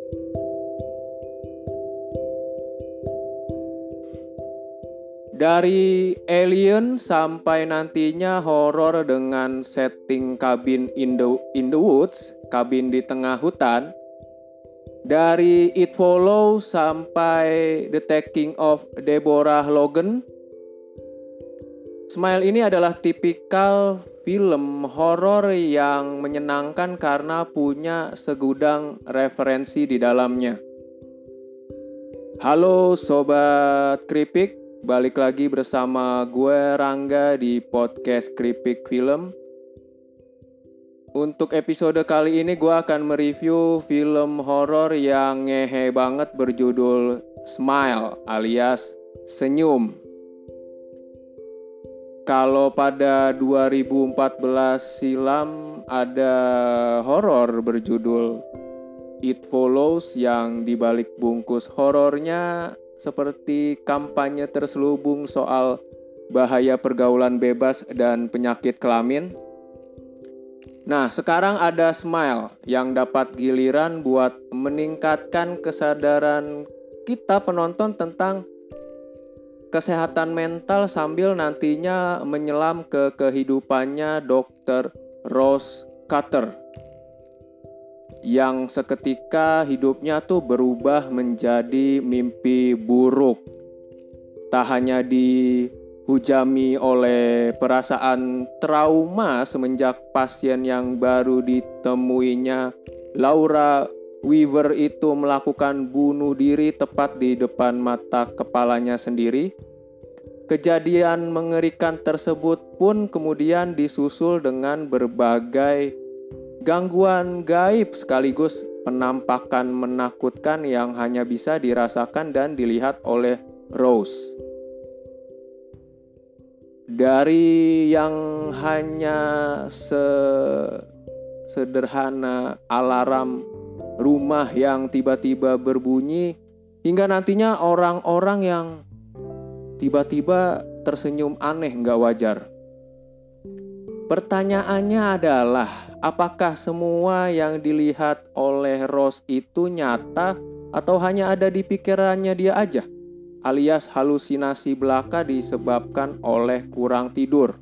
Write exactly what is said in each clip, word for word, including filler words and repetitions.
Dari alien sampai nantinya horor dengan setting cabin in the, in the woods, kabin di tengah hutan. Dari It Follows sampai The Taking of Deborah Logan. Smile ini adalah tipikal film horor yang menyenangkan karena punya segudang referensi di dalamnya. Halo Sobat Kripik. Balik lagi bersama gue Rangga di podcast Kripik Film. Untuk episode kali ini gue akan mereview film horor yang ngehe banget berjudul Smile alias Senyum. Kalau pada dua ribu empat belas silam ada horor berjudul It Follows yang dibalik bungkus horornya seperti kampanye terselubung soal bahaya pergaulan bebas dan penyakit kelamin. Nah, sekarang ada Smile yang dapat giliran buat meningkatkan kesadaran kita penonton tentang kesehatan mental sambil nantinya menyelam ke kehidupannya dokter Rose Cutter yang seketika hidupnya tuh berubah menjadi mimpi buruk. Tak hanya dihujami oleh perasaan trauma semenjak pasien yang baru ditemuinya, Laura Weaver, itu melakukan bunuh diri tepat di depan mata kepalanya sendiri. Kejadian mengerikan tersebut pun kemudian disusul dengan berbagai gangguan gaib sekaligus penampakan menakutkan yang hanya bisa dirasakan dan dilihat oleh Rose. Dari yang hanya se- sederhana alarm rumah yang tiba-tiba berbunyi hingga nantinya orang-orang yang tiba-tiba tersenyum aneh gak wajar. Pertanyaannya adalah, apakah semua yang dilihat oleh Rose itu nyata atau hanya ada di pikirannya dia aja, alias halusinasi belaka disebabkan oleh kurang tidur?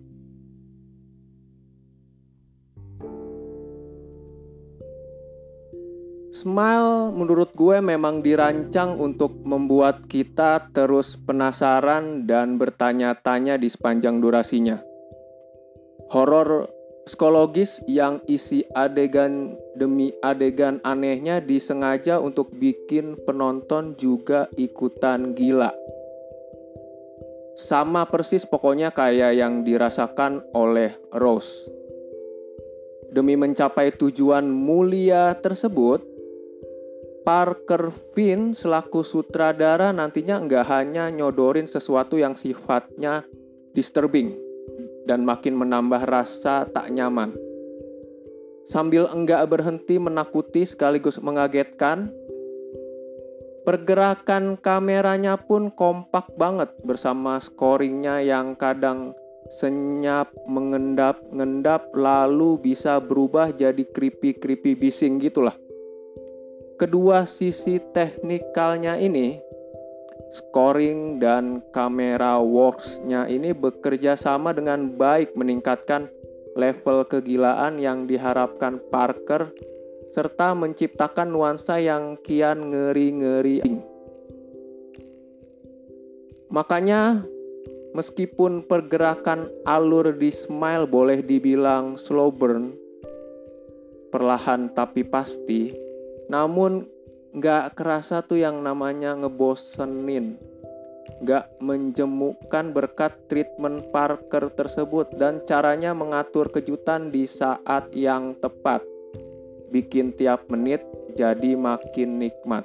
Smile menurut gue memang dirancang untuk membuat kita terus penasaran dan bertanya-tanya di sepanjang durasinya. Horor psikologis yang isi adegan demi adegan anehnya disengaja untuk bikin penonton juga ikutan gila. Sama persis pokoknya kayak yang dirasakan oleh Rose. Demi mencapai tujuan mulia tersebut, Parker Finn selaku sutradara nantinya nggak hanya nyodorin sesuatu yang sifatnya disturbing dan makin menambah rasa tak nyaman. Sambil enggak berhenti menakuti sekaligus mengagetkan, pergerakan kameranya pun kompak banget bersama scoringnya yang kadang senyap mengendap-ngendap lalu bisa berubah jadi creepy-creepy bising gitulah. Kedua sisi teknikalnya ini, scoring dan kamera works-nya ini bekerja sama dengan baik meningkatkan level kegilaan yang diharapkan Parker serta menciptakan nuansa yang kian ngeri-ngeri. Makanya meskipun pergerakan alur di Smile boleh dibilang slow burn, perlahan tapi pasti, namun gak kerasa tuh yang namanya ngebosenin, gak menjemukkan berkat treatment Parker tersebut dan caranya mengatur kejutan di saat yang tepat, bikin tiap menit jadi makin nikmat.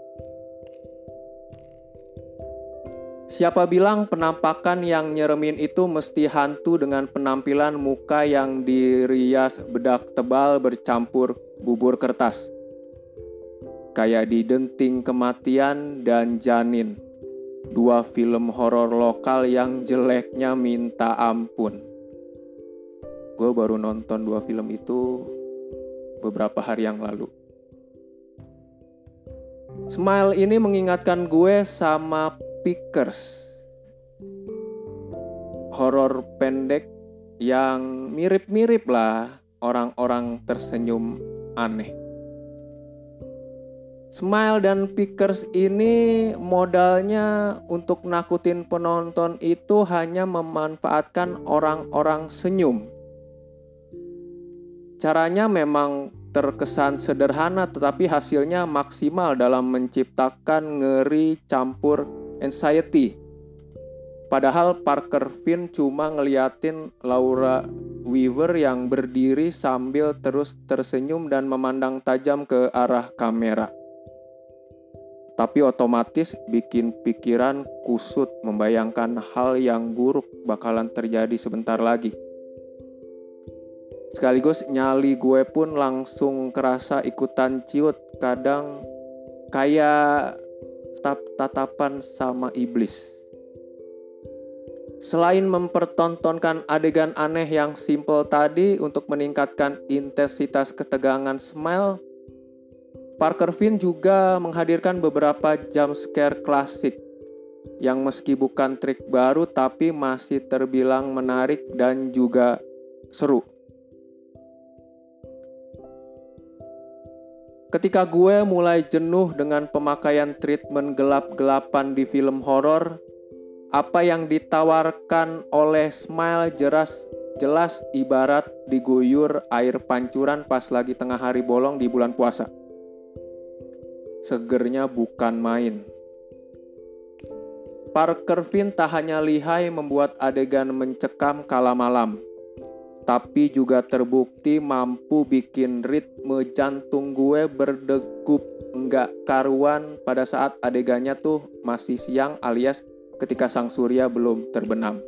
Siapa bilang penampakan yang nyeremin itu mesti hantu dengan penampilan muka yang dirias bedak tebal bercampur bubur kertas, kayak di Denting Kematian dan Janin, dua film horor lokal yang jeleknya minta ampun. Gue baru nonton dua film itu beberapa hari yang lalu. Smile ini mengingatkan gue sama Pickers, horor pendek yang mirip-mirip lah orang-orang tersenyum aneh. Smile dan Pickers ini modalnya untuk nakutin penonton itu hanya memanfaatkan orang-orang senyum. Caranya memang terkesan sederhana tetapi hasilnya maksimal dalam menciptakan ngeri campur anxiety. Padahal Parker Finn cuma ngeliatin Laura Weaver yang berdiri sambil terus tersenyum dan memandang tajam ke arah kamera. Tapi otomatis bikin pikiran kusut membayangkan hal yang buruk bakalan terjadi sebentar lagi. Sekaligus nyali gue pun langsung kerasa ikutan ciut, kadang kayak tatapan sama iblis. Selain mempertontonkan adegan aneh yang simple tadi untuk meningkatkan intensitas ketegangan Smile, Parker Finn juga menghadirkan beberapa jump scare klasik yang meski bukan trik baru tapi masih terbilang menarik dan juga seru. Ketika gue mulai jenuh dengan pemakaian treatment gelap-gelapan di film horor, apa yang ditawarkan oleh Smile jelas, jelas ibarat diguyur air pancuran pas lagi tengah hari bolong di bulan puasa. Segernya bukan main. Parker Finn tak hanya lihai membuat adegan mencekam kala malam, tapi juga terbukti mampu bikin ritme jantung gue berdegup enggak karuan pada saat adegannya tuh masih siang alias ketika sang surya belum terbenam.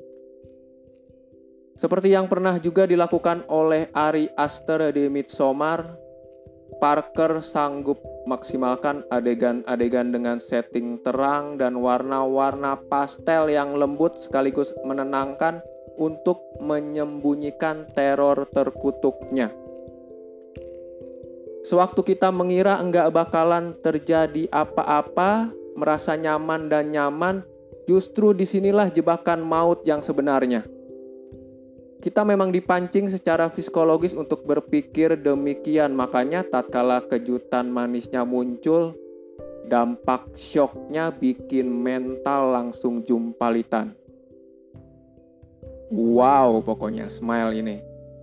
Seperti yang pernah juga dilakukan oleh Ari Aster di Midsommar, Parker sanggup maksimalkan adegan-adegan dengan setting terang dan warna-warna pastel yang lembut sekaligus menenangkan untuk menyembunyikan teror terkutuknya. Sewaktu kita mengira enggak bakalan terjadi apa-apa, merasa nyaman dan nyaman, justru disinilah jebakan maut yang sebenarnya. Kita memang dipancing secara psikologis untuk berpikir demikian, makanya tatkala kejutan manisnya muncul, dampak syoknya bikin mental langsung jumpalitan. Wow, pokoknya Smile ini.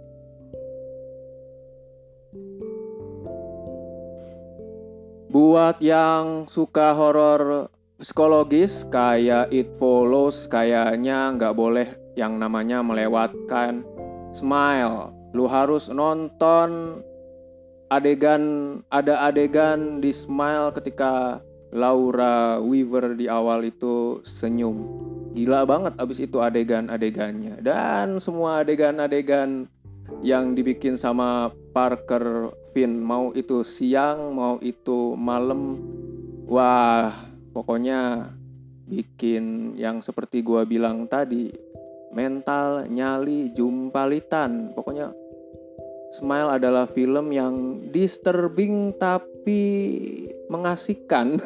Buat yang suka horor psikologis kayak It Follows, kayaknya nggak boleh yang namanya melewatkan Smile. Lu harus nonton adegan, ada adegan di Smile ketika Laura Weaver di awal itu senyum. Gila banget abis itu adegan-adegannya. Dan semua adegan-adegan yang dibikin sama Parker Finn, mau itu siang, mau itu malam, wah pokoknya bikin yang seperti gua bilang tadi, mental nyali jumpalitan. Pokoknya Smile adalah film yang disturbing tapi mengasihkan.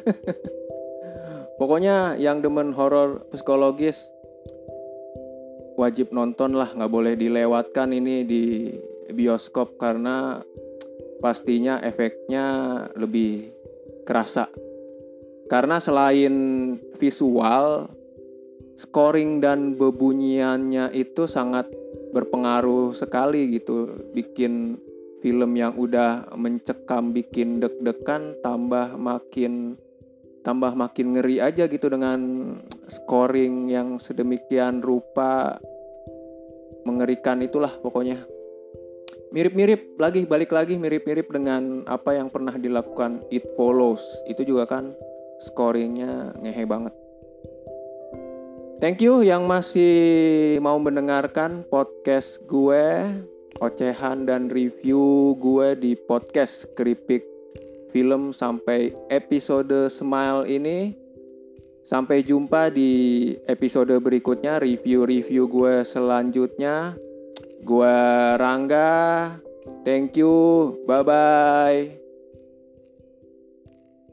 Pokoknya yang demen horor psikologis wajib nonton lah, gak boleh dilewatkan ini di bioskop karena pastinya efeknya lebih kerasa. Karena selain visual, scoring dan bebunyiannya itu sangat berpengaruh sekali gitu, bikin film yang udah mencekam, bikin deg-degan tambah makin tambah makin ngeri aja gitu dengan scoring yang sedemikian rupa, mengerikan itulah pokoknya. Mirip-mirip lagi, balik lagi mirip-mirip dengan apa yang pernah dilakukan It Follows. Itu juga kan scoringnya ngehe banget. Thank you yang masih mau mendengarkan podcast gue, ocehan dan review gue di podcast Keripik Film sampai episode Smile ini. Sampai jumpa di episode berikutnya, review-review gue selanjutnya. Gue Rangga, thank you, bye-bye.